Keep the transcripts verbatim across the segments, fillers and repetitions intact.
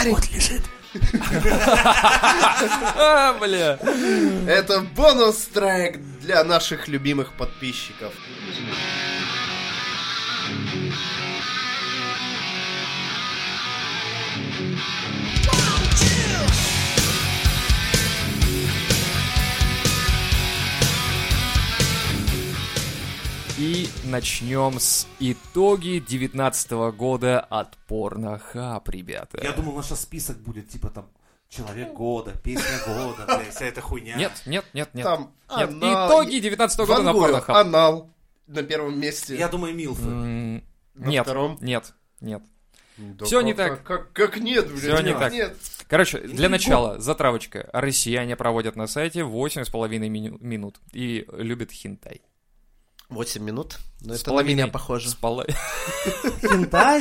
Вот лежит. Бля. Это бонус-трек для наших любимых подписчиков. И начнем с итоги девятнадцатого года от Pornhub, ребята. Я думал, наш список будет типа там Человек года, песня года, бля, вся эта хуйня. Нет, нет, нет, нет. Там нет. анал... Итоги девятнадцатого года на Pornhub. Анал на первом месте. Я думаю, милфы. М- На Нет, втором? нет, нет. Да Всё как- не так. Как, как нет, блядь. Всё не нет, так. нет. Короче, для начала, затравочка. Россияне проводят на сайте восемь с половиной мину- минут и любят хентай. Восемь минут? Ну, С это на половиной- меня похоже. С пола- Хентай?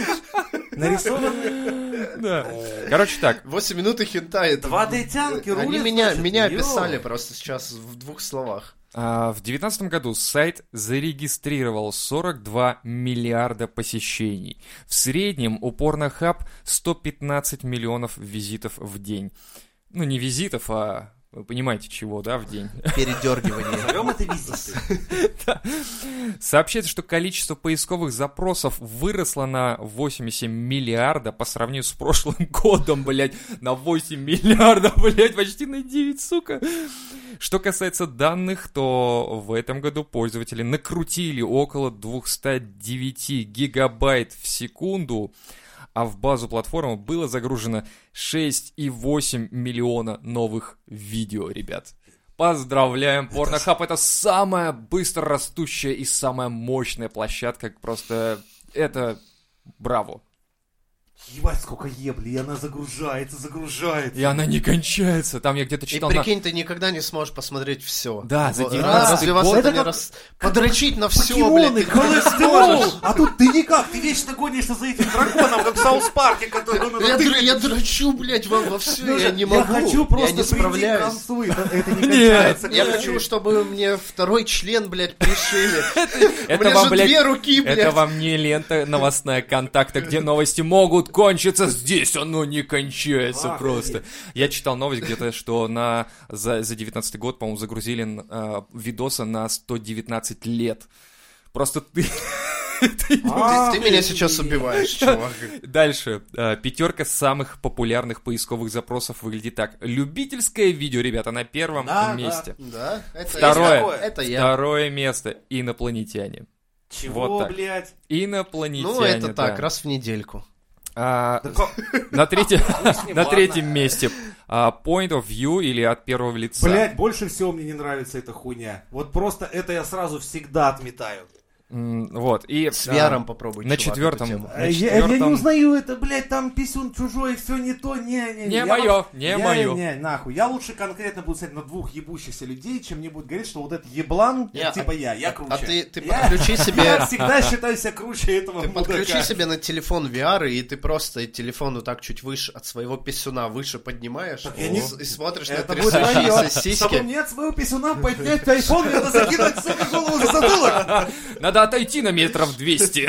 Нарисованный? Да. Короче, так. Восемь минут и хентай. Это... два дэ-тянки рулят, Они меня, значит, меня йоу. описали просто сейчас в двух словах. А, В девятнадцатом году сайт зарегистрировал сорок два миллиарда посещений. В среднем у Pornhub сто пятнадцать миллионов визитов в день. Ну, не визитов, а вы понимаете, чего, да, в день. Передергивание. Назовем это визиты. Сообщается, что количество поисковых запросов выросло на восемь целых семь миллиарда по сравнению с прошлым годом, блядь. На восемь миллиардов, блядь, почти на девять, сука. Что касается данных, то в этом году пользователи накрутили около двести девять гигабайт в секунду, а в базу платформы было загружено шесть целых восемь миллиона новых видео, ребят. Поздравляем, Pornhub, это самая быстро растущая и самая мощная площадка, просто это браво. Ебать, сколько ебли, и она загружается, загружается. И она не кончается, там я где-то И читал на... прикинь, ты никогда не сможешь посмотреть все. Да, за девятнадцатый Разве вас год это это не как раз... Подрочить на все, Покемоны, блядь, ты не холестерол! сможешь. А тут ты никак, ты вечно гонишься за этим драконом, как в Саус Парке, который... ну, Я, ты- др- я дрочу, блядь, во, во все, Слушай, я не могу. хочу просто я не прийти к справляюсь. концу, это, это не кончается. Я короче. хочу, чтобы мне второй член, блядь, пришили. У Это меня вам, же блядь, две руки, это блядь. вам не лента новостная контакта, где новости могут кончиться, здесь оно не кончается Ах, просто. Я читал новость где-то, что на, за, за девятнадцатый год, по-моему, загрузили э, видосы на сто девятнадцать лет. Просто ты... ты- А, Ты меня сейчас убиваешь, чувак. Дальше. Э, Пятерка самых популярных поисковых запросов выглядит так. Любительское видео, ребята, на первом Да, да. месте. Да, это Второе. такое. Это я. Второе место. Инопланетяне. Чего, Вот так. блядь? Инопланетяне, Ну, это так, да. раз в недельку. А, Да как- на, третьем, с ним, на ладно. третьем месте а, Point of View или от первого лица. Блядь, больше всего мне не нравится эта хуйня. Вот просто это я сразу всегда отметаю. М, Вот. И, С а, ви ар попробуй, на чувак, четвертом- эту тему. На Э, я, я не четвертом- узнаю это, блядь, там писюн чужой, все не то, не, не, Не Я моё, вот- не я- моё. Не, нахуй. Я лучше конкретно буду смотреть на двух ебущихся людей, чем мне будет говорить, что вот этот еблан, Я- типа я, я а круче. ты- ты Я- подключи Я себе- всегда считаю себя круче этого Ты мудака. подключи себе на телефон ви ар, и ты просто телефон вот так чуть выше, от своего писюна выше поднимаешь, Так я не- и, и смотришь на Это будет трясущиеся твоё. Чтобы сиськи. мне от своего писюна поднять айфон, мне надо закинуть, сука, голову за затылок. Надо отойти на метров двести.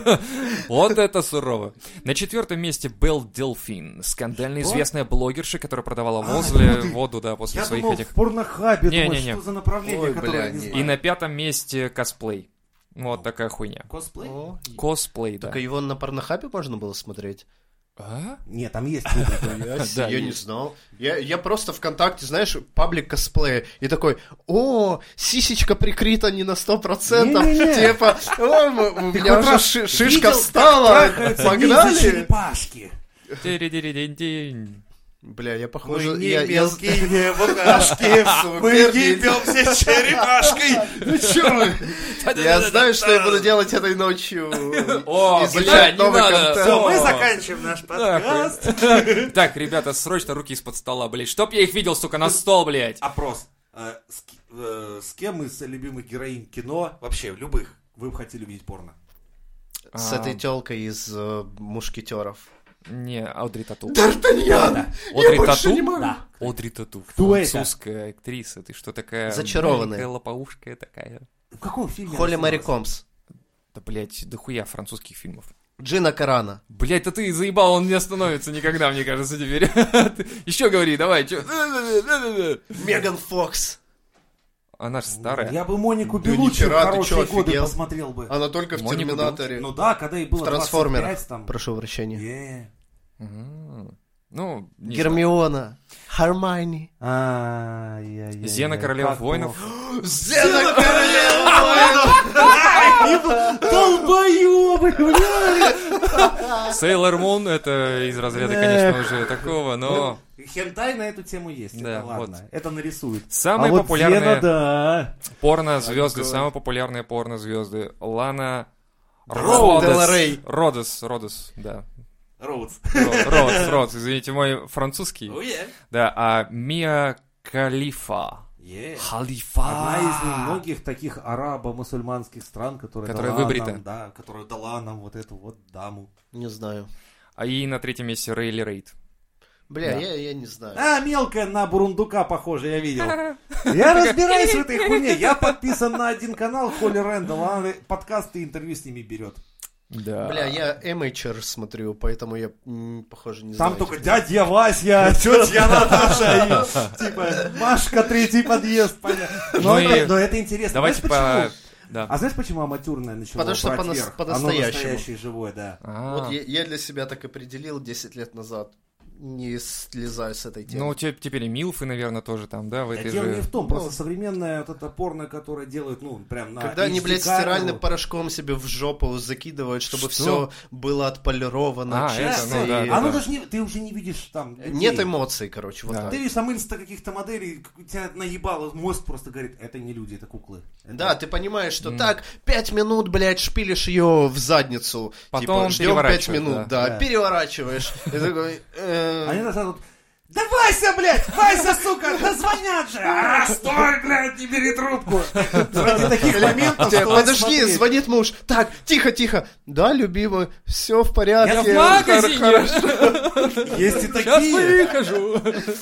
Вот это сурово. На четвертом месте Белл Делфин. Скандально известная блогерша, которая продавала возле воду, да, после Я своих думал, этих... в порнохабе, думаю, Не-не-не. что за направление, Ой, которое бля, я не не. знаю. И на пятом месте косплей. Вот такая хуйня. Косплей? О, Косплей, да. Только его на порнохабе можно было смотреть? А? Нет, там есть рубрика. Я, Да, я не есть. знал. Я, я просто ВКонтакте, знаешь, паблик косплея, и такой, о, сисечка прикрыта не на сто процентов, Не-не-не. типа, о, м- у Ты меня хоть уже раз ши- видел, шишка как встала, трахаются погнали. ниндзя-черепашки? Тири-дири-динь-динь. Бля, я Мы похоже... не я, я- мелкие букашки, мы Пердить. ебемся с черепашкой. Ну чё вы? Я знаю, что я буду делать этой ночью. О, бля, Изучать не новый надо. контент. Все, мы О. заканчиваем наш подкаст. Нахуй. Так, ребята, срочно руки из-под стола, блядь. Чтоб я их видел, сука, на стол, блядь. Опрос. Э, С ки- э, с кем из любимых героинь кино, вообще любых, вы бы хотели увидеть порно? С этой тёлкой из э, «Мушкетеров». Не, Одри Тату. Д'Артаньян! Одри больше Тату? не могу. Да. Одри Тату. Кто это? Французская актриса. Ты что, такая... Зачарованная. маленькая лопоушка такая? В каком фильме? Холли она Мэри снималась? Комс. Да, блядь, дохуя французских фильмов. Джина Карана. Блять, да ты заебал, он не остановится никогда, мне кажется, теперь. Еще говори, давай, чё? Меган Фокс. Она же старая. Я бы Монику Да Белуччи в нихера, ты хорошие чё, годы офигел? посмотрел бы. Она только в Монику Терминаторе. Ну да, когда ей было В Трансформерах. двадцать пять там. Прошу прощения. Е. М, Ну, не знаю. Гермиона. Хармайни. Ай-яй-яй. Зена Королева Как воинов. плохо. Зена Королева! Долбоёбы, блядь! Сейлор Мун, это из разряда, конечно, уже такого, но... Хентай на эту тему есть, Да, это ладно. вот. Это нарисует. Самые а вот популярные Зена, да. порно-звезды, Огонь. самые популярные порно-звезды. Лана Роу Родес. Дель Рей. Родес, Родес, да. Роудс. Ро- Родес, Родес, извините, мой французский. Oh, yeah. Да, а Мия Калифа. Yeah. Халифа. Одна из немногих таких арабо-мусульманских стран, которая, Которая дала выбрита. нам, да, которая дала нам вот эту вот даму. Не знаю. А и на третьем месте Рейли Рейд. Бля, Да. я, я не знаю. А, мелкая на бурундука похоже, я видел. Я разбираюсь в этой хуйне. Я подписан на один канал Холли Рэндалл. Она подкасты и интервью с ними берет. Да. Бля, я Эмэйчер смотрю, поэтому я, м, похоже, не Там знаю. только этих- дядя Вася, тетя Наташа и типа Машка, третий подъезд. Понятно. Ну Но, и это, но это интересно. Давайте Знаешь, по... почему? Да. А знаешь, почему аматюрное начало Потому что брать по-нас- вверх? по-настоящему. Оно настоящее, живое, да. А. Вот я, я для себя так определил десять лет назад. Не слезаю с этой темы. Ну, те- теперь и Милфы, наверное, тоже там, да, в Да этой дело не же... в том, Ну. просто современное вот это порно, которое делают, ну, прям на Когда они, эйч ди блядь, камеру. стиральным порошком себе в жопу закидывают, чтобы Что? все было отполировано, А, это, чисто. ну да, и- да, Оно да. даже не, ты уже не видишь там людей. Нет эмоций, короче, вот Да. так. Ты видишь там инста каких-то моделей, у тебя наебало, мозг просто говорит, это не люди, это куклы. Это- Да, ты понимаешь, что так, пять минут, блядь, шпилишь ее в задницу. Потом типа, ждем пять переворачиваешь, минут, да. да, Да. переворачиваешь. И такой, э, Они назад вот, да Вася, блядь, Вася, сука, да звонят же! А, стой, блядь, не бери трубку! Ради таких моментов Ты, стоит подожди, смотреть. звонит муж. Так, тихо, тихо. Да, любимый, все в порядке. Я в Хор- магазине. хорошо. Есть и Сейчас такие. выхожу.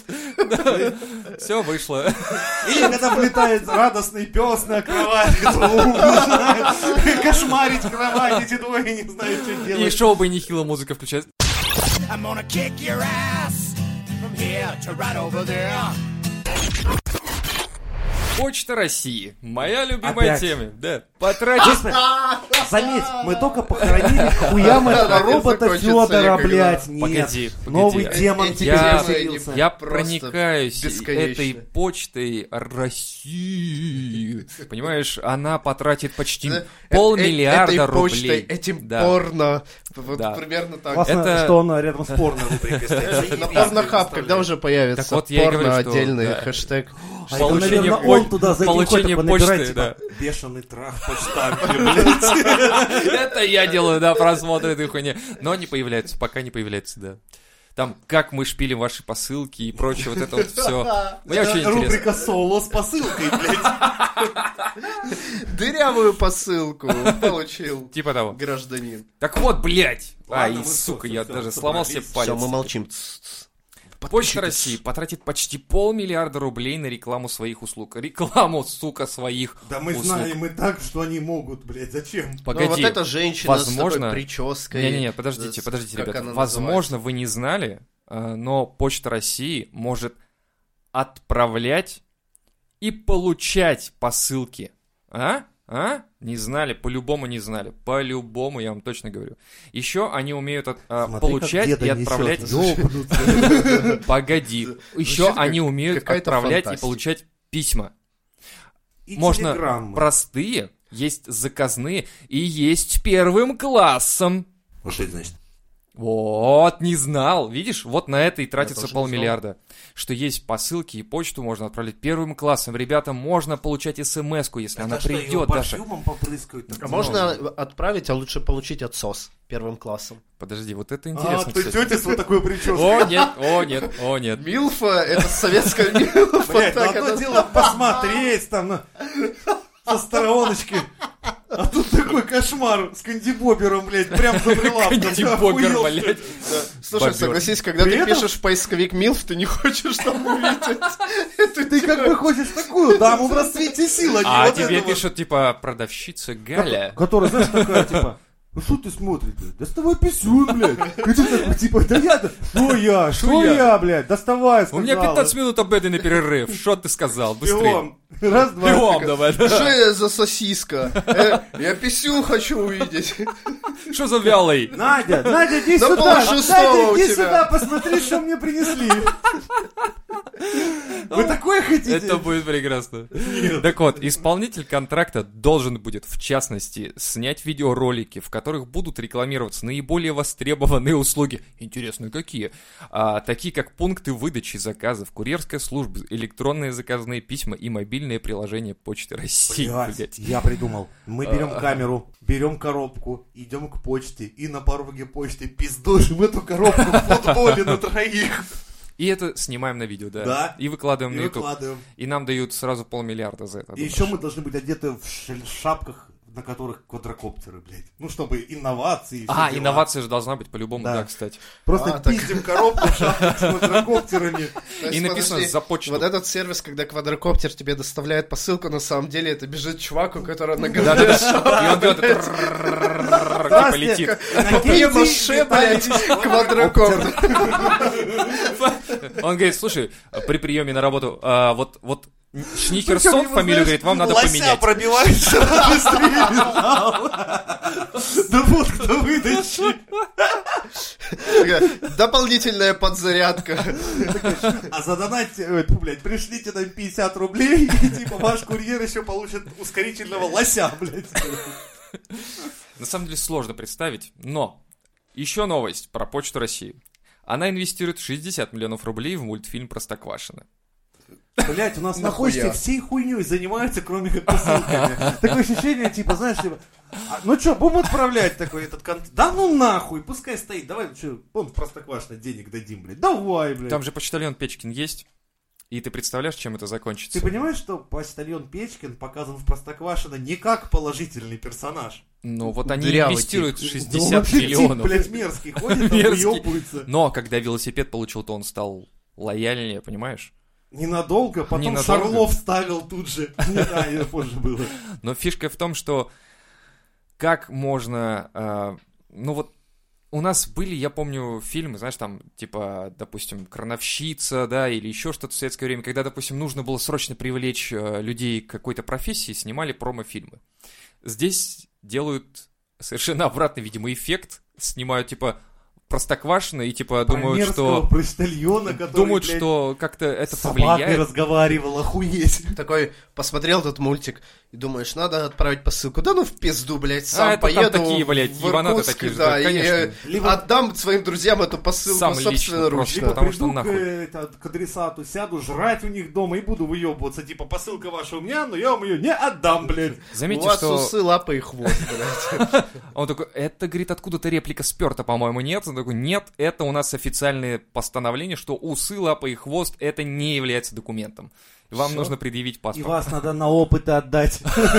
Все вышло. Или когда влетает радостный пес на кровать, который начинает кошмарить кровать, эти двое не знают, что И делать. шоу бы нехило музыка включать. I'm gonna kick your ass from here to right over there. Почта России. Моя любимая Опять. тема. Да. Потратить... Господи, заметь, мы только похоронили к хуям этого Да, робота закончится, Федора, я как блядь, бы- нет. Погоди, погоди. Новый демон Эти теперь Я- появился. Я Просто проникаюсь бесконечно. этой почтой России. Понимаешь, она потратит почти Да, полмиллиарда этой рублей. почтой, этим Да. порно. Вот Да. примерно так. Классно, Это- что он рядом с порно рубрикой стоит. На порнохаб, когда уже появится Так вот я и порно говорю, что, отдельный да. хэштег. А это, Получение наверное, поч- он туда за получение такой набирает, почты, типа, да. бешеный трах почтампи, блядь. Это я делаю, да, просмотр этой хуйни. Но не появляется, пока не появляется, да. Там, как мы шпилим ваши посылки и прочее, вот это вот все. Мне очень Это интересно. рубрика «Соло» с посылкой, блядь. Дырявую посылку получил Типа того. гражданин. Так вот, блядь. Ладно, Ай, мы сука, всё, я всё, даже всё, сломал себе собрались. палец. Все, мы молчим. Почта России потратит почти полмиллиарда рублей на рекламу своих услуг. Рекламу, сука, своих Да мы услуг. знаем и так, что они могут, блядь, зачем? Погоди. Ну, вот эта женщина с возможно- такой прической. Не-не-не, подождите, С- подождите, как ребята. она Возможно, вы не знали, э, но Почта России может отправлять и получать посылки. А? А? Не знали? По-любому не знали. По-любому, я вам точно говорю. Еще они умеют от- а, Смотри, как получать деда и отправлять... несёт. Ёбанутый. Погоди. Еще Звучит они как умеют какая-то отправлять и фантастика. получать письма. И Можно телеграммы. простые, есть заказные и есть первым классом. Вот что это значит? Вот, не знал. Видишь, вот на это и тратится тоже не полмиллиарда. Что есть посылки и почту можно отправлять первым классом. Ребятам можно получать смс-ку, если она Это что, придет его даже. парфюмом попрыскают? А можно отправить, а лучше получить отсос первым классом. Подожди, вот это А, интересно, ты кстати. тетя с вот такой прической. О, нет, о, нет, о, нет. Милфа, это советская милфа. Блядь, ну так одно она- дело посмотреть там на... со стороночки. А тут такой кошмар с кандибобером, блядь, прям за прилавком. Кандибобер, Охуел, блядь. Слушай, Бобер. согласись, когда При ты этом- пишешь в поисковик милф, ты не хочешь там увидеть. Это Ты как бы хочешь такую даму в расцвете сил, а не А вот тебе эту вот. пишут, типа, продавщица Галя. Которая, знаешь, такая, типа, ну что ты смотришь, блядь? Доставай писюн, блядь. И ты такой, типа, да я, что я, что я, блядь, доставай, сказала. У меня пятнадцать минут обеденный перерыв. Что ты сказал? Быстрее. Бегом. Раз, два. Бегом давай. Что я за сосиска? Э, Я писюн хочу увидеть. Что за вялый? Надя, Надя, иди Да сюда. полшестого Надя, у иди тебя. сюда, посмотри, что мне принесли. Вы такое хотите? Это будет прекрасно. Так вот, исполнитель контракта должен будет, в частности, снять видеоролики, в которых будут рекламироваться наиболее востребованные услуги. Интересно, какие? А, такие как пункты выдачи заказов, курьерская служба, электронные заказные письма и мобильное приложение Почты России. Блядь, Блядь. я придумал. Мы берем камеру, берем коробку, идем к почте и на пороге почты пиздошим эту коробку в футболе на троих. И это снимаем на видео, да. Да. И выкладываем И на YouTube. выкладываем. И нам дают сразу полмиллиарда за это. И еще мы должны быть одеты в ш- шапках, на которых квадрокоптеры, блядь. Ну, чтобы инновации. и все А, дела. инновация же должна быть по-любому, Да. да, кстати. Просто А, так. пиздим коробку в шапках с квадрокоптерами. То есть, И написано подожди, «за почту». Вот этот сервис, когда квадрокоптер тебе доставляет посылку, на самом деле это бежит чувак, у которого на голове Да-да-да. И он делает это, типа летит. папье-маше, блядь, квадрокоптер. Он говорит, слушай, при приеме на работу, а, вот, вот Шнихерсон Причем ему, фамилию, знаешь, говорит, вам надо лося поменять. пробивается быстрее бежал. Да вот кто выдачи. Дополнительная подзарядка. А задонатьте, ой, тьфу, блядь, пришлите нам пятьдесят рублей, и типа ваш курьер еще получит ускорительного лося, блядь. На самом деле сложно представить, но еще новость про Почту России. Она инвестирует шестьдесят миллионов рублей в мультфильм «Простоквашино». Блять, у нас на Нахуя? почте всей хуйней занимаются, кроме как посылками. Такое ощущение, типа, знаешь, типа, а, ну что, будем отправлять такой этот контент? Да ну нахуй, пускай стоит, давай, что, он Простоквашино денег дадим, блядь, давай, блядь. Там же почтальон Печкин есть, и ты представляешь, чем это закончится? Ты понимаешь, что почтальон Печкин показан в Простоквашино не как положительный персонаж? Ну вот они Дырявый инвестируют Да он шестьдесят вообще тип, миллионов. блядь, мерзкий, ходит там, Мерзкий. выебывается. Но когда велосипед получил, то он стал лояльнее, понимаешь? Ненадолго, потом Ненадолго. Шарлов ставил тут же. Не знаю, это позже было. Но фишка в том, что как можно... э, ну вот у нас были, я помню, фильмы, знаешь, там, типа, допустим, «Крановщица», да, или еще что-то в советское время, когда, допустим, нужно было срочно привлечь э, людей к какой-то профессии, снимали промо-фильмы. Здесь делают совершенно обратный, видимо, эффект, снимают, типа, Простоквашино и, типа, Про думают, мерзкого что... почтальона, который, Думают, блядь, что как-то это с собакой повлияет. разговаривал, охуеть. Такой, посмотрел этот мультик и думаешь, надо отправить посылку. Да ну в пизду, блядь, сам А, это там поеду такие, блядь, в ебанаты Иркутск, такие же, да, да, и конечно. э, Либо- отдам своим друзьям эту посылку Сам лично собственноручно. просто, Либо потому что приду к, нахуй. э, это, к адресату, сяду жрать у них дома и буду выебываться. Типа, посылка ваша у меня, но я вам ее не отдам, блядь. У Заметьте, вас что... усы, лапы и хвост, блядь. Он такой, это, говорит, откуда-то реплика сперта, по-моему, нет? Он такой, нет, это у нас официальное постановление, что усы, лапы и хвост, это не является документом. Вам Всё. нужно предъявить И паспорт. вас надо на опыты отдать.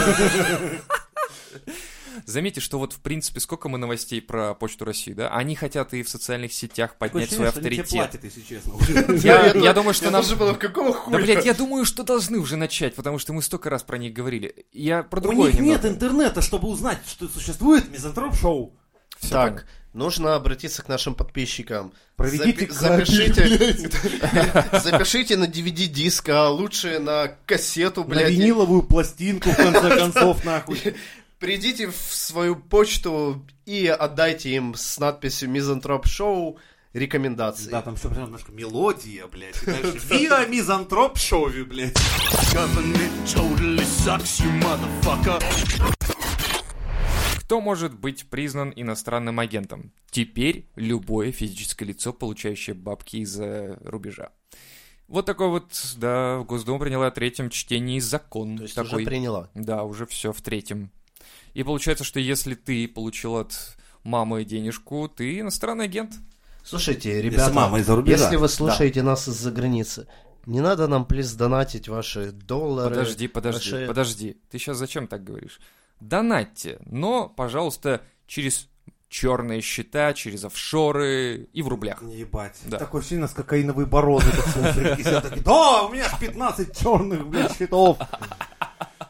Заметьте, что вот, в принципе, сколько мы новостей про Почту России, да? Они хотят и в социальных сетях поднять свой Такое ощущение, что они тебе авторитет. платят, если честно. Я, Я я думаю, что Я нам... тоже было, какого Да, хуя? блядь, я думаю, что должны уже начать, потому что мы столько раз про них говорили. Я про У другое них немного. нет интернета, чтобы узнать, что существует мизантроп-шоу. Всё Так, понял. нужно обратиться к нашим подписчикам. Проведите Запи- копию, запишите, запишите на ди ви ди-диск, а лучше на кассету, На блядь. и виниловую пластинку, в конце концов, нахуй. Придите в свою почту и отдайте им с надписью «Мизантроп Шоу» рекомендации. Да, там все прям немножко мелодия, блядь. И дальше «Виа мизантроп-шоу», блядь. Government totally sucks, you motherfucker. Кто может быть признан иностранным агентом? Теперь любое физическое лицо, получающее бабки из-за рубежа. Вот такой вот, да, Госдума приняла в третьем чтении закон. То есть такой. уже приняла. Да, уже все в третьем. И получается, что если ты получил от мамы денежку, ты иностранный агент. Слушайте, ребята, мама из-за рубежа. если вы слушаете нас из-за границы, не надо нам, плиз, донатить ваши доллары. Подожди, подожди, ваши- подожди. Ты сейчас зачем так говоришь? Донатьте, но, пожалуйста, через черные счета, через офшоры и в рублях. Ебать. Да. Такое ощущение, у нас кокаиновые бароны. так слушай, и все такие, да, у меня ж пятнадцать черных, блядь, счетов.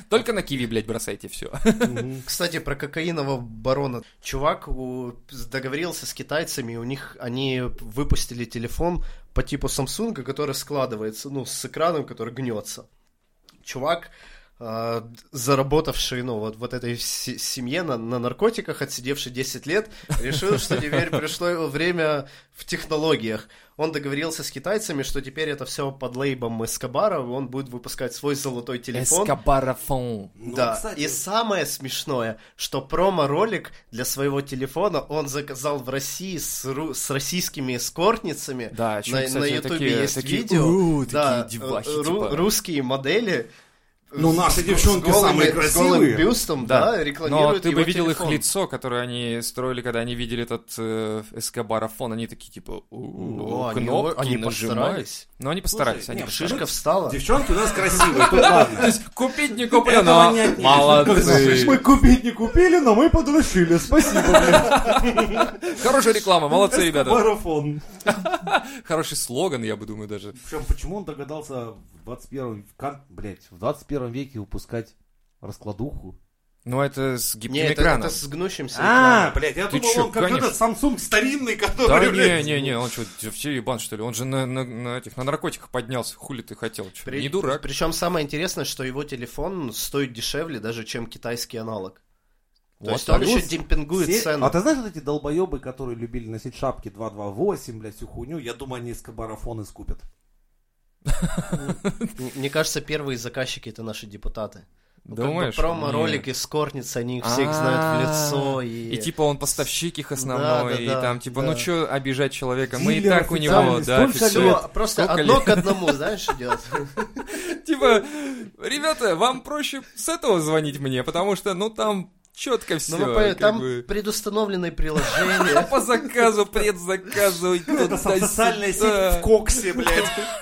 Только на киви, блядь, бросайте все. Кстати, про кокаинового барона. Чувак у- договорился с китайцами, у них они выпустили телефон по типу Samsung, который складывается, ну, с экраном, который гнется. Чувак, э, заработавший, ну, вот, вот этой се- семье на, на наркотиках, отсидевший десять лет, решил, что теперь пришло время в технологиях. Он договорился с китайцами, что теперь это все под лейбом Эскобара, он будет выпускать свой золотой телефон. Эскобарафон. Ну, Да, кстати, и самое смешное, что промо-ролик для своего телефона он заказал в России с, ру- с российскими эскортницами. Да, на, чё, кстати, на Ютубе такие- есть такие, видео. у, да, такие девахи, ру- типа. русские модели. Ну, с- наши с девчонки голыми- самые С голым красивые. бюстом, да, Но рекламируют ты бы его видел телефон. их лицо, которое они строили, когда они видели этот э, эскобарафон. Они такие, типа, Ну, у они- кнопки они нажимать. постарались. Ну, они постарались. Слушай, они не, постарались. Шишка встала. Девчонки у нас красивые, тут ладно. То есть купить не куплено, Этого не отнимешь. молодцы. Мы купить не купили, но мы подрушили. Спасибо, блядь. Хорошая реклама, молодцы, ребята. Марафон. Хороший слоган, я бы думаю, даже. Причем, почему он догадался в двадцать первом, кон- блядь, в двадцать первом веке выпускать раскладуху? Ну, это с Не, гибким это, экраном. это с гнущимся А, экраном. блядь, я Ты думал, чё, он как конечно. этот Samsung старинный, Да который, блядь, не-не-не, он что, все ебан, что ли? Он же на, на- на этих, на наркотиках поднялся, хули ты хотел? Чё, При- Не дурак. Причем самое интересное, что его телефон стоит дешевле даже, чем китайский аналог. То Вот есть он плюс еще демпингует все- цену. А ты знаешь, вот эти долбоебы, которые любили носить шапки два два восемь, блядь, всю хуйню, я думаю, они эскобарафоны скупят. М- Мне кажется, первые заказчики это наши депутаты. Ну, как бы Думаешь? промо-ролики Нет. с Кортницы, они их всех знают в лицо. И, И типа он поставщик их основной, Да, да, и да, там типа, да. ну чё обижать человека, мы и Дилер так у него, официальный, да, столько официально. лет. Всё, просто Сколько одно лет? к одному, знаешь, идет. Типа, ребята, вам проще с этого звонить мне, потому что, ну там четко все. Ну, вы понимаете, там предустановленные приложения. По заказу, предзаказывать. Это туда-сюда. социальная сеть в Коксе, блядь.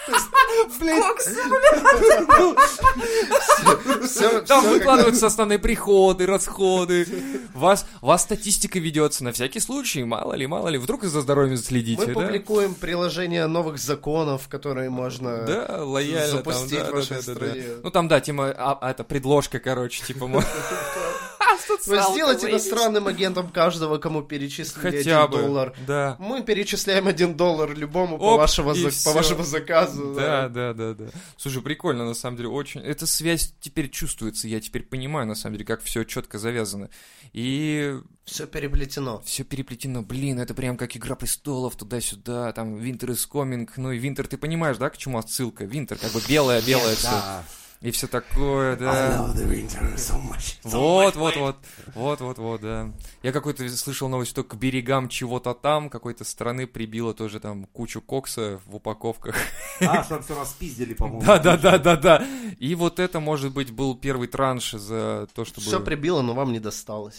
Всё- Там всё выкладываются основные приходы, расходы. Вас, вас статистика ведется на всякий случай, мало ли, мало ли. Вдруг из-за здоровья следите, Мы да? публикуем приложение новых законов, которые можно... Да, лояльно. там, запустить да, в да, вашей да, да, стране. да. Ну там, да, тема, а, а, это предложка, короче, типа, может... Вы сделайте иностранным агентом каждого, кому перечислили Хотя один бы, доллар. да. Мы перечисляем один доллар любому по, Оп, вашего, и за- всё. по вашему заказу. Да, да, да, да. Слушай, прикольно, на самом деле, очень. Эта связь теперь чувствуется, я теперь понимаю, на самом деле, как все четко завязано. И Все переплетено. все переплетено. Блин, это прям как Игра престолов, туда-сюда, там, Winter is coming. Ну и Winter, ты понимаешь, да, к чему отсылка? Winter, как бы белое-белое все. Да. И все такое, I да. love the winter so much. So Вот, much, вот, mate. вот, вот, вот, вот, да. Я какой-то слышал новость, что к берегам чего-то там, какой-то страны прибило тоже там кучу кокса в упаковках. А, что все распиздили, по-моему. Да, да, да, да, да. И вот это, может быть, был первый транш за то, чтобы... Все прибило, но вам не досталось.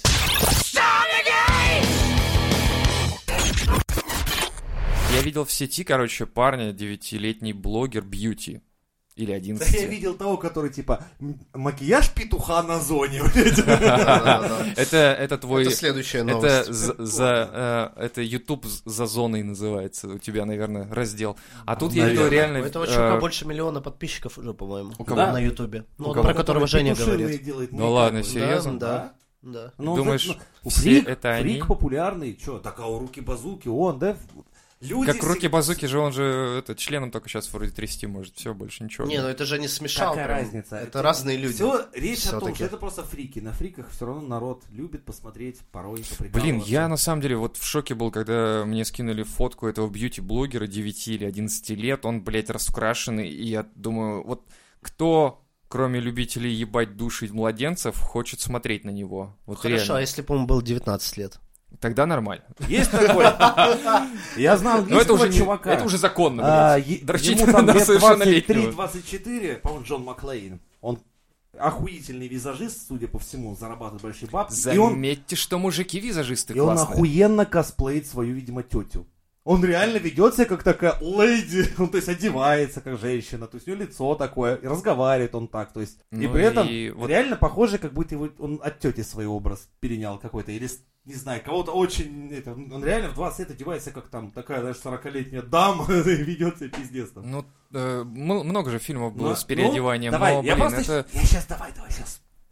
Я видел в сети, короче, парня, девятилетний блогер бьюти. Или Да я одиннадцать. видел того, который, типа, м- макияж петуха на зоне, блядь. Да-да-да. Это, это твой... Это следующая Это, новость. за, за, э, это YouTube за зоной называется, у тебя, наверное, раздел. А тут я видел Наверное. реально... У этого э, чувака больше миллиона подписчиков уже, по-моему. У кого? На Ютубе. Ну, У вот кого? про которого Женя Петушиные говорит. делает Да мейкап. ладно, Да. серьезно? Да, да. Ну, Думаешь, ну, все фрик, это они? фрик популярный, чё, так а у руки-базуки, он, да? Люди Как руки всег- базуки же, он же это, членом только сейчас вроде трясти может, все, больше ничего. Не, ну это же не смешал. Какая прям. разница? Это разные люди. Все, речь о том, Всё-таки. что это просто фрики. На фриках все равно народ любит посмотреть, порой поприкалываться. Блин, я на самом деле вот в шоке был, когда мне скинули фотку этого бьюти-блогера девяти или одиннадцати лет, он, блядь, раскрашенный, и я думаю, вот кто, кроме любителей ебать души младенцев, хочет смотреть на него? Вот Хорошо, а реально. если, по-моему, был девятнадцать лет? Тогда нормально. Есть такой. Я знал Но это английского уже, не, чувака. это уже законно, А, блядь. е- Дрочить ему там на лет совершеннолетнего. двадцать три двадцать четыре, по-моему, Джон Маклейн. Он охуительный визажист, судя по всему, зарабатывает большие бабки. И он, Заметьте, что мужики-визажисты и он классные. охуенно косплеит свою, видимо, тетю. Он реально ведет себя как такая леди, он, то есть, одевается как женщина, то есть, у него лицо такое, и разговаривает он так, то есть, и Ну при этом и вот- реально похоже, как будто его, он от тети свой образ перенял какой-то, или, с- не знаю, кого-то очень, это, он реально в двадцать лет одевается как там такая, знаешь, сорокалетняя дама, и ведет себя пиздец там. Ну, э, м- много же фильмов было Ну, с переодеванием, ну, давай, но, я блин, просто... это... Я сейчас, давай, давай, сейчас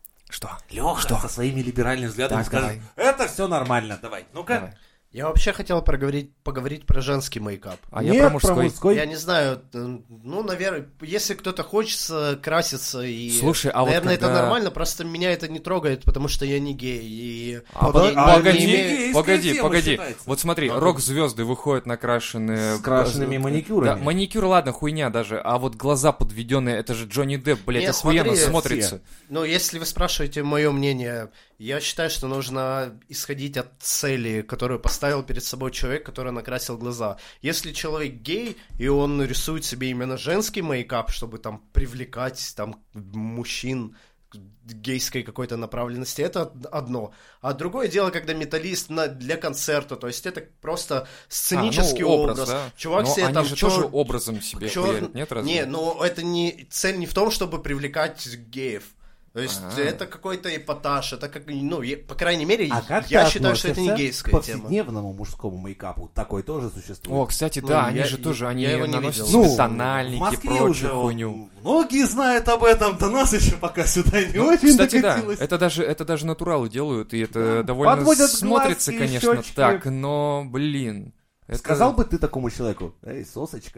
Что? Леха Что? со своими либеральными взглядами Так, скажет, давай. это все нормально, давай. Ну-ка. Давай. Я вообще хотел проговорить, поговорить про женский мейкап. А Нет, я про мужской. мужской. Я не знаю, э, ну, наверное, если кто-то хочет краситься, и, Слушай, а вот наверное, когда- это нормально, просто меня это не трогает, потому что я не гей, и... А, Пода- под- а погоди, не гейская погоди, тема погоди. считается. Вот смотри, А рок-звезды выходят накрашенные... С крашенными Да, маникюрами. маникюр, ладно, хуйня даже. А вот глаза подведенные, это же Джонни Депп, блядь, Не, охуенно смотри, смотрится. Ну, если вы спрашиваете мое мнение, я считаю, что нужно исходить от цели, которую поставил перед собой человек, который накрасил глаза. Если человек гей, и он рисует себе именно женский мейкап, чтобы там привлекать там мужчин к гейской какой-то направленности, это одно. А другое дело, когда металлист на, для концерта, то есть это просто сценический А, ну, образ, образ. да. Чувак Но себе они там же чёр- тоже образом себе чёр- хуярят, нет, разве? Не, но это не цель не в том, чтобы привлекать геев. То есть А. это какой-то эпатаж, это как, ну, е- по крайней мере, А как я ты считаю, что это не относишься гейская к тема. повседневному мужскому мейкапу? Такой тоже существует. О, кстати, Ну, да, они я- же тоже, они я его не наносят видел. себе Ну, тональники, в Москве прочую уже хуйню. многие знают об этом, до нас еще пока сюда не очень Кстати, да, докатилось. это даже, это даже натуралы делают, и это довольно Подводят смотрится, глазки, конечно, щёчки. так, но, блин... это- Сказал бы ты такому человеку, эй, сосочка.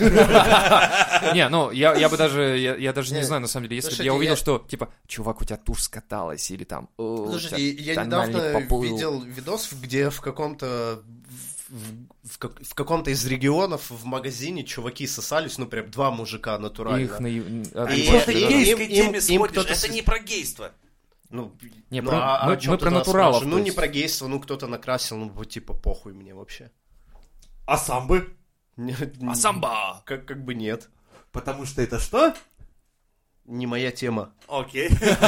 Не, ну, я, я бы даже, я, я даже не Не, знаю, на самом деле, если бы слушайте, я увидел, я- что, типа, чувак, у тебя тушь скаталась, или там, «О, у Слушайте, тебя я тональник недавно поплыл». видел видос, где в каком-то в, в как- в каком-то из регионов в магазине чуваки сосались, ну прям два мужика натурально. Их на... И- отъебали, Просто и- да. им- гейской им- теме им сходишь, кто-то это с- не про гейство. Ну, Не, ну, про- а- а мы- о чём мы про тогда натуралов, спрашиваем? то Ну, не есть. про гейство, ну, кто-то накрасил, ну, вот, типа, похуй мне вообще. А сам бы? Не- А самба! Как, как бы нет. Потому что это что? Не моя тема. Окей.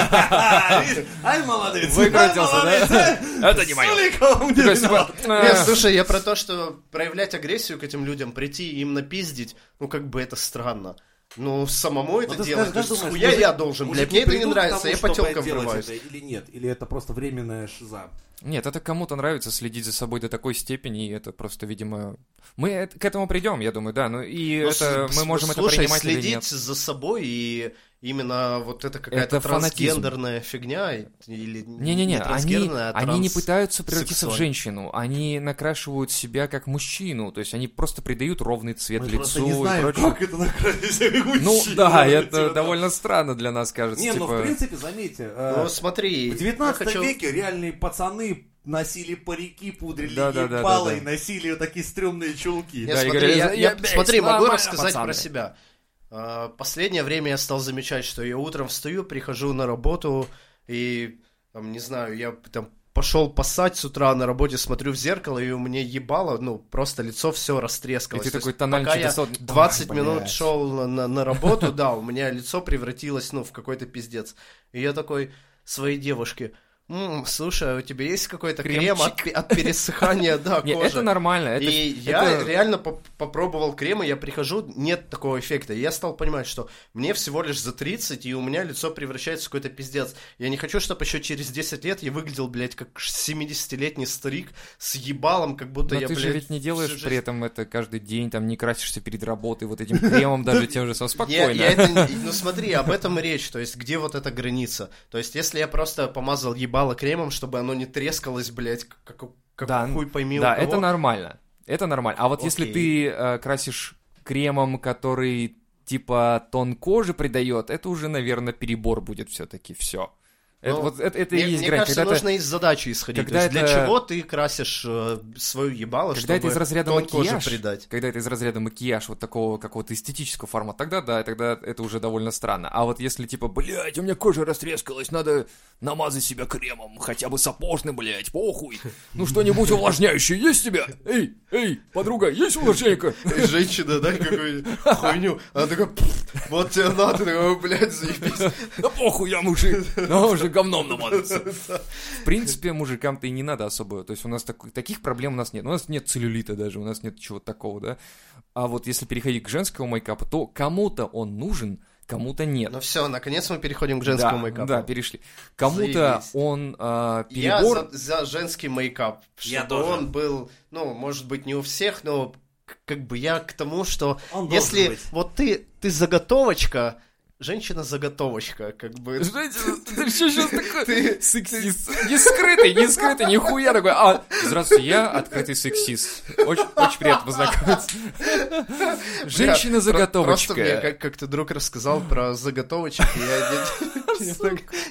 Ай, молодец. Выкрутился, Ай, молодец, да? а? Это не моё. Суликов не Такой, типа, виноват. «А, Нет, слушай, я про то, что проявлять агрессию к этим людям, прийти и им напиздить, ну, как бы это странно. Ну, самому это ты делать, скажи, то есть, как думаешь, хуя мужик- я должен, блядь, мужики мне это не придут к нравится, тому, я по чтобы телкам делать врываюсь. это или нет? Или это просто временная шиза? Нет, это кому-то нравится следить за собой до такой степени, и это просто, видимо... Мы это- к этому придем, я думаю, да. Ну и Ну, это с- мы можем это слушай, принимать или следить нет. за собой и именно вот это какая-то Это фанатизм. трансгендерная фигня или Не-не-не, они, трансгендерная, а они не транс- пытаются превратиться в сексуаль- женщину, они накрашивают себя как мужчину, то есть они просто придают ровный цвет Мы просто лицу не и знаем, прочее. как это накрасить как Ну мужчина. да, это Типа, довольно странно для нас кажется. Не, ну типа... в принципе, заметьте, э, Ну смотри, в я девятнадцатом хочу- веке реальные пацаны носили парики, пудрили Да, да, да, ебало да, и да. носили вот такие стрёмные чулки. Нет, Да, и смотри, говорили, я, «За- я- ебись, смотри, могу нормально, рассказать пацаны». про себя. А, Последнее время я стал замечать, что я утром встаю, прихожу на работу и, там, не знаю, я там пошел поссать с утра на работе, смотрю в зеркало, и у меня ебало, ну, просто лицо все И растрескалось. ты То такой есть, пока тональчик я достал. двадцать Ой, минут блядь. шел на, на- на работу, да, у меня лицо превратилось, ну, в какой-то пиздец. И я такой своей девушке: «М, слушай, а у тебя есть какой-то крем от, Кремчик?» пе- от пересыхания, да, Не, кожи?» это нормально. Это, И это- я реально поп- попробовал крем, и я прихожу, нет такого эффекта. И я стал понимать, что мне всего лишь за тридцать, и у меня лицо превращается в какой-то пиздец. Я не хочу, чтобы еще через десять лет я выглядел, блядь, как семидесятилетний старик с ебалом, как будто Но я, ты блядь... же ведь не делаешь всю при жизнь- этом это каждый день, там не красишься перед работой вот этим кремом, даже тем же самым. Я- Спокойно. я это не- ну смотри, об этом и речь, то есть где вот эта граница? То есть если я просто помазал ебало кремом, чтобы оно не трескалось, блядь, как, как Да, хуй пойми у Да, кого. это нормально. Это нормально. А вот если Окей. ты э, красишь кремом, который типа тон кожи придает, это уже, наверное, перебор будет все-таки. Все. Это, Ну, вот, это, это Мне, и есть мне грань. кажется, Когда нужно это- из задачи исходить. когда То есть для это- чего ты красишь э, свою ебало, Когда чтобы это из разряда тон кожи макияж, придать? когда это из разряда макияж вот такого какого-то эстетического формата, тогда да, тогда это уже довольно странно. А вот если типа, блядь, у меня кожа растрескалась, надо намазать себя кремом, хотя бы сапожным, блядь, похуй. Ну что-нибудь увлажняющее есть у тебя? Эй, эй, подруга, есть увлажняйка? И женщина, да, какую хуйню. Она такая: «Пф, вот тебе надо», ты такой: блядь, заебись. Да похуй, я мужик, но уже говном намазаться. В принципе, мужикам-то и не надо особо. То есть у нас так- таких проблем у нас нет. У нас нет целлюлита даже, у нас нет чего-то такого, да. А вот если переходить к женскому мейкапу, то кому-то он нужен, кому-то нет. Ну все, наконец мы переходим к женскому да, мейкапу. Да, перешли. Кому-то Заебись. он а, Я перебор... за, за женский мейкап, чтобы Я тоже. он был, ну, может быть, не у всех, но к- как бы я к тому, что Он должен если быть. вот ты, ты заготовочка женщина-заготовочка, как бы. Знаете, ты что сейчас такой сексист? Не скрытый, не скрытый, нихуя такой. А, здравствуйте, я открытый сексист. Очень, очень приятно познакомиться. Женщина-заготовочка. Просто мне как- как-то друг рассказал про заготовочек, и я... Что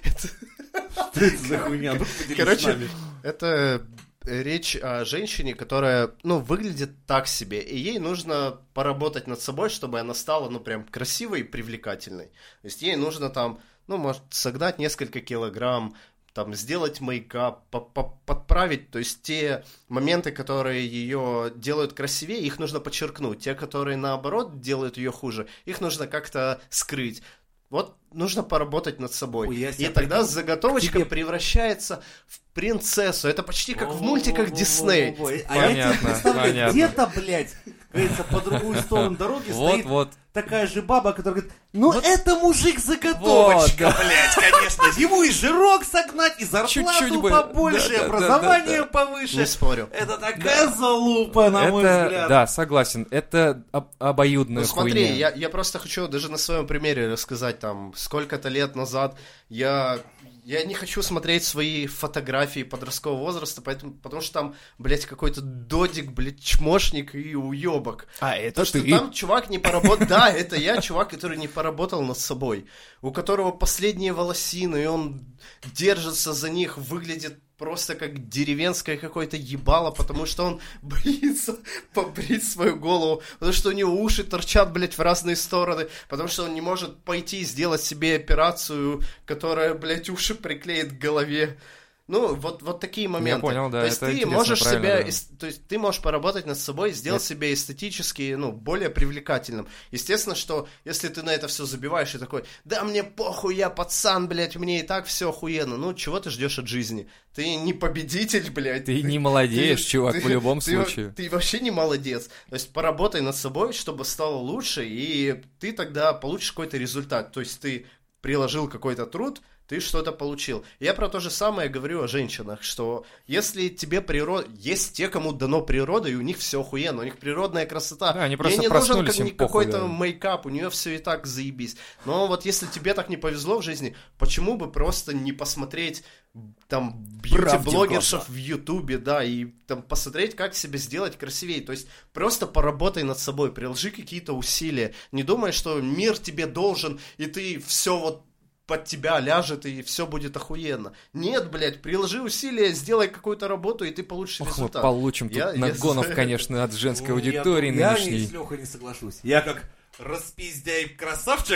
это за хуйня? Ну, поделись с Короче, нами. это речь о женщине, которая, ну, выглядит так себе, и ей нужно поработать над собой, чтобы она стала, ну, прям красивой и привлекательной. То есть ей нужно там, ну, может, согнать несколько килограмм, там, сделать мейкап, по- по- подправить, то есть те моменты, которые ее делают красивее, их нужно подчеркнуть. Те, которые, наоборот, делают ее хуже, их нужно как-то скрыть. Вот нужно поработать над собой. Ой, я И себя тогда прикинул, заготовочка тебе- превращается в принцессу. Это почти как в мультиках Дисней. Во-во-во-во-во. А я тебе Понятно, представляю, понятно. где-то, блядь, говорится, по другую сторону дороги Вот, стоит вот. такая же баба, которая говорит, ну это мужик-заготовочка, Вот, да. блядь, конечно. Ему и жирок согнать, и зарплату Чуть-чуть бы. побольше, Да, и да, образование да, да, повыше. Не спорю. Это такая залупа, на мой Это, взгляд. да, согласен, это об- обоюдная Ну смотри, хуйня. я, я просто хочу даже на своем примере рассказать, там, сколько-то лет назад я... Я не хочу смотреть свои фотографии подросткового возраста, поэтому, потому что там, блядь, какой-то додик, блядь, чмошник и уебок. А, это То, что ты. там чувак не поработал... Да, это я, чувак, который не поработал над собой. У которого последние волосины, и он держится за них, выглядит просто как деревенское какое-то ебало, потому что он боится побрить свою голову, потому что у него уши торчат, блядь, в разные стороны, потому что он не может пойти и сделать себе операцию, которая, блядь, уши приклеит к голове. Ну, вот, вот такие моменты. понял, да, То есть это ты интересно, можешь правильно, себя, да. эс- то есть ты можешь поработать над собой, сделать Это- себя эстетически, ну, более привлекательным. Естественно, что если ты на это все забиваешь и такой, да мне похуй, я пацан, блядь, мне и так все охуенно. Ну, чего ты ждешь от жизни? Ты не победитель, блядь. Ты не молодеешь, ты- чувак, ты- в любом ты во- случае. Ты вообще не молодец. То есть поработай над собой, чтобы стало лучше, и ты тогда получишь какой-то результат. То есть ты приложил какой-то труд, ты что-то получил. Я про то же самое говорю о женщинах, что если тебе природа... Есть те, кому дано природа, и у них все охуенно, у них природная красота. Да, они Ей просто не нужен проснулись, как- им ни похуй, какой-то да. мейкап, у нее все и так заебись. Но вот если тебе так не повезло в жизни, почему бы просто не посмотреть там бьюти-блогершев в Ютубе, да, и там посмотреть, как себе сделать красивее. То есть просто поработай над собой, приложи какие-то усилия. Не думай, что мир тебе должен, и ты все вот под тебя ляжет, и все будет охуенно. Нет, блядь, приложи усилия, сделай какую-то работу, и ты получишь Ох, мы результат. получим тут Я- я нагонов, за это. конечно, от женской Ну, аудитории я, нынешней. Я с Лехой не соглашусь. Я как распиздяй красавчик.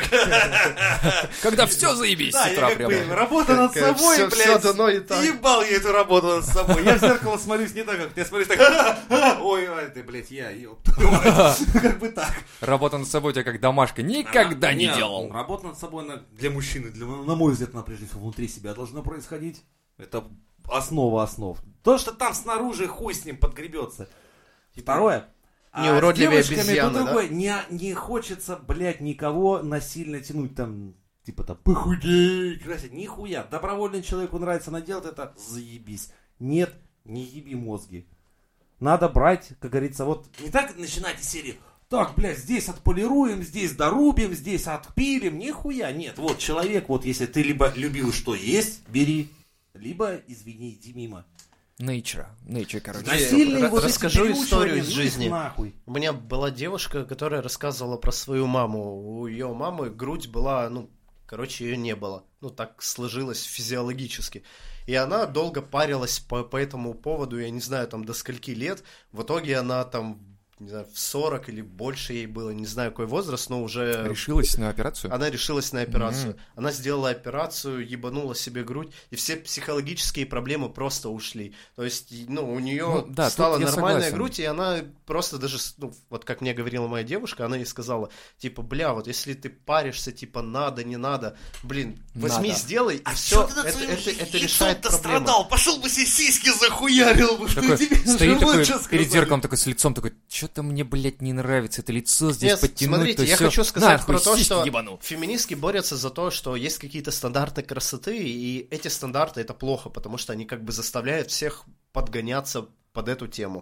Когда все заебись с Да, я утра как бы прямо. работа над Как- собой, всё- блядь. всё дано и так. Ебал я эту работу над собой. Я в зеркало смотрюсь не так, как ты. Я смотрюсь так, «Ха-ха-ха, ой, ой, ты, блядь, я, ёб твою мать». Как бы так. Работа над собой у тебя как домашка никогда не Нет, делал. Работа над собой на- для мужчины, для, на мой взгляд, она прежде всего внутри себя должна происходить. Это основа основ. То, что там снаружи, хуй с ним подгребется. Второе. Не А с уродливее девочками обезьяны, то да? другое. Не, не хочется, блядь, никого насильно тянуть там, типа там, похудей, красить. Нихуя. Добровольно человеку нравится, она делает это, заебись. Нет, не еби мозги. Надо брать, как говорится, вот не так начинать из серии. Так, блядь, здесь отполируем, здесь дорубим, здесь отпилим. Нихуя, нет. Вот человек, вот если ты либо любил, что есть, бери. Либо, извини, иди мимо. Nature, nature, короче. Насильные ра- вот эти расскажу переучивания, историю из ну их жизни. нахуй. У меня была девушка, которая рассказывала про свою маму. У ее мамы грудь была, ну, короче, ее не было. Ну, так сложилось физиологически. И она долго парилась по, по этому поводу, я не знаю, там, до скольки лет. В итоге она там, не знаю, в сорок или больше ей было, не знаю, какой возраст, но уже... Решилась на операцию? Она решилась на операцию. Мгм. Она сделала операцию, ебанула себе грудь, и все психологические проблемы просто ушли. То есть, ну, у нее Ну, да, стала тут я нормальная согласен. грудь, и она просто даже, с- ну, вот как мне говорила моя девушка, она ей сказала, типа, бля, вот если ты паришься, типа, надо, не надо, блин, возьми, Надо. сделай, и А все, чё ты над это, своим это, это яйцом-то решает проблему. страдал? Пошел бы себе сиськи захуярил бы, что Такой, тебе стоит живот такой чё перед сказали? зеркалом такой с лицом такой, что-то мне, блядь, не нравится, это лицо здесь Нет, подтянуть, смотрите, то я всё. хочу сказать Нахуй, про то, сиськи что ебану. феминистки борются за то, что есть какие-то стандарты красоты, и эти стандарты это плохо, потому что они как бы заставляют всех подгоняться под эту тему.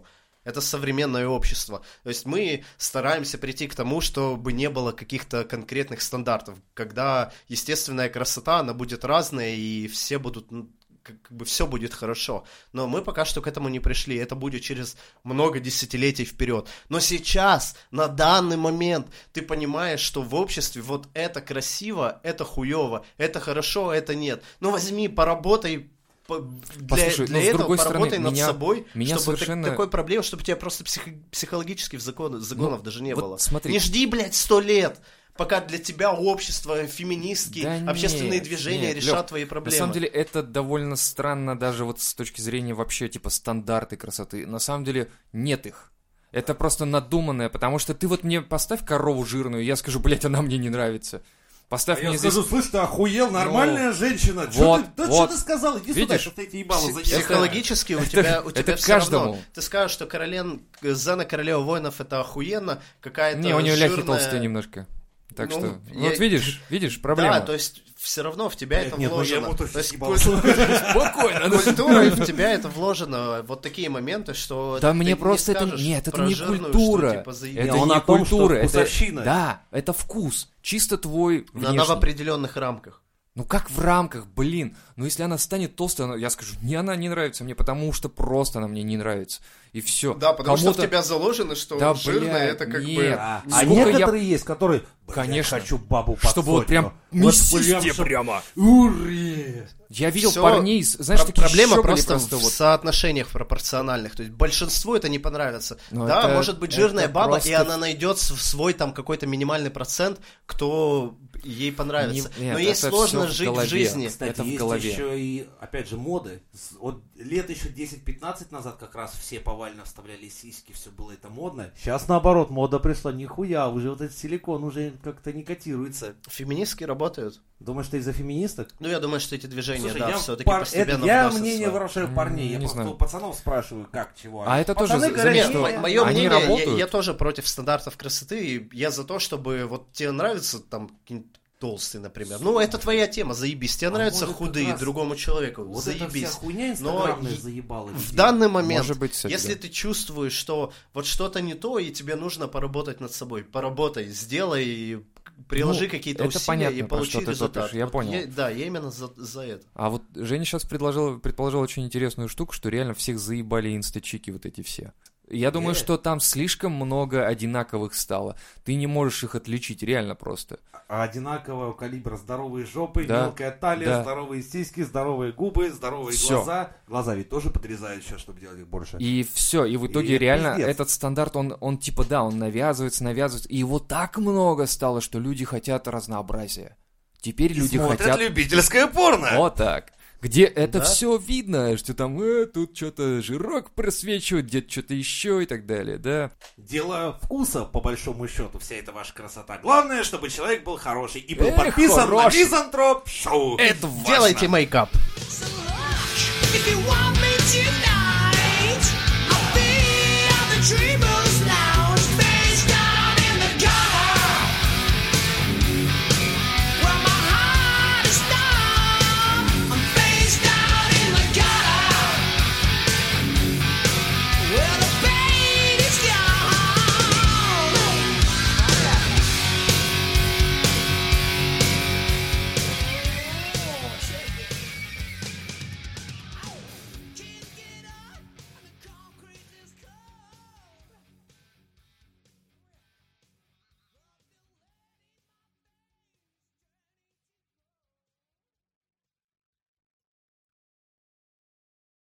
Это современное общество. То есть мы стараемся прийти к тому, чтобы не было каких-то конкретных стандартов, когда естественная красота, она будет разная, и все будут... как бы все будет хорошо. Но мы пока что к этому не пришли. Это будет через много десятилетий вперед. Но сейчас, на данный момент, ты понимаешь, что в обществе вот это красиво, это хуево, это хорошо, это нет. Ну возьми, поработай. Для, Послушай, для но с этого другой поработай стороны, над меня, собой, меня чтобы совершенно... так, такой проблемы, чтобы у тебя просто псих, психологических закон, загонов ну, даже не вот было. смотри. Не жди, блядь, сто лет, пока для тебя общество, феминистки, да общественные нет, движения нет, решат Лёх, твои проблемы. На самом деле это довольно странно даже вот с точки зрения вообще типа стандарты красоты. На самом деле нет их. Это просто надуманное, потому что ты вот мне поставь корову жирную, я скажу, блядь, она мне не нравится. Поставь А я мне скажу, здесь... слышь, ты охуел, нормальная Ну, женщина. вот, Чё ты, да вот. что ты сказал? Иди сюда, Видишь? что ты эти ебало Псих- заебал. Психологически у тебя, у это тебя к все каждому. равно. Ты скажешь, что Каролен, Зена Королева воинов это охуенно, какая-то Не, у нее жирная... ляхи толстые немножко. Так Ну, что, я- вот видишь, видишь, проблема. Да, то есть все равно в тебя Блядь, это нет, ну я вложено. ему тоже То есть съебал. культура- Спокойно. культурой в тебя это вложено. Вот такие моменты, что Да ты мне не просто это... скажешь Нет, это про не жирную, культура. что, типа, заебись. Это Он не о том, что культура. Это... вкусовщина. Да, это вкус. Чисто твой Но она в внешний. определенных рамках. Ну как в рамках, блин. Ну если она станет толстой, она- я скажу, не, она не нравится мне, потому что просто она мне не нравится. И все. Да, потому что в тебя заложено, что Да, жирное блядь, это как нет. бы... А, а Сколько я- некоторые есть, которые, блядь, Конечно. хочу бабу под Чтобы вот сотню. прям Вот мясистее чтоб- прямо. Уре! Я видел Всё, парней, с- знаешь, Про- такие проблема щёголи просто, просто в вот. соотношениях пропорциональных. То есть большинству это не понравится. Но да, это- может быть жирная это баба, просто- и она найдет в свой там какой-то минимальный процент, кто ей понравится. Не- нет, Но ей это сложно всё в жить в голове. жизни. Кстати, Это в есть голове. еще и, опять же, моды. С- Вот лет еще десять-пятнадцать назад как раз все повально вставляли сиськи, все было это модно. Сейчас наоборот, мода пришла, нихуя, уже вот этот силикон уже как-то не котируется. Феминистки работают. Думаешь, ты из-за феминисток? Ну, я думаю, что эти движения, Слушай, да, я, все-таки пар- постепенно это- я вносят мнение своё. выражаю парней, я Не просто знаю. у пацанов спрашиваю, как, чего. А это тоже Пацаны за- говорят, заметь, «Не, что я- Мое они мнение, работают. я, я тоже против стандартов красоты, и я за то, чтобы вот тебе нравится там какие-нибудь толстые, например. Ну, это твоя тема, заебись. Тебе А нравятся может, как худые раз другому человеку, Вот эта вся заебись. хуйня Но инстаграмная и- заебала. В людей. данный момент, Может быть, кстати, если да. ты чувствуешь, что вот что-то не то, и тебе нужно поработать над собой, поработай, сделай, приложи Ну, какие-то это усилия понятно, и про получи что ты результат. топишь, я Вот понял. я- да, я именно за, за это. А вот Женя сейчас предложила, предположила очень интересную штуку, что реально всех заебали инстачики вот эти все. Я думаю, Э. что там слишком много одинаковых стало. Ты не можешь их отличить, реально просто. А одинакового калибра здоровые жопы, Да, мелкая талия, да. здоровые сиськи, здоровые губы, здоровые Всё. глаза. Глаза ведь тоже подрезают сейчас, чтобы делать их больше. И все, и в итоге И это реально пиздец. этот стандарт, он, он типа, да, он навязывается, навязывается, и его так много стало, что люди хотят разнообразия. Теперь И люди смотрят хотят... любительское порно. Вот так. Где это Да. все видно, что там, э, тут что-то жирок просвечивает, где-то что-то еще и так далее, да. Дело вкуса, по большому счету, вся эта ваша красота. Главное, чтобы человек был хороший и был Эх, подписан на хороший. Мизантроп Шоу. Это важно. Делайте мейкап. If you want me tonight, I'll be on the dreamer.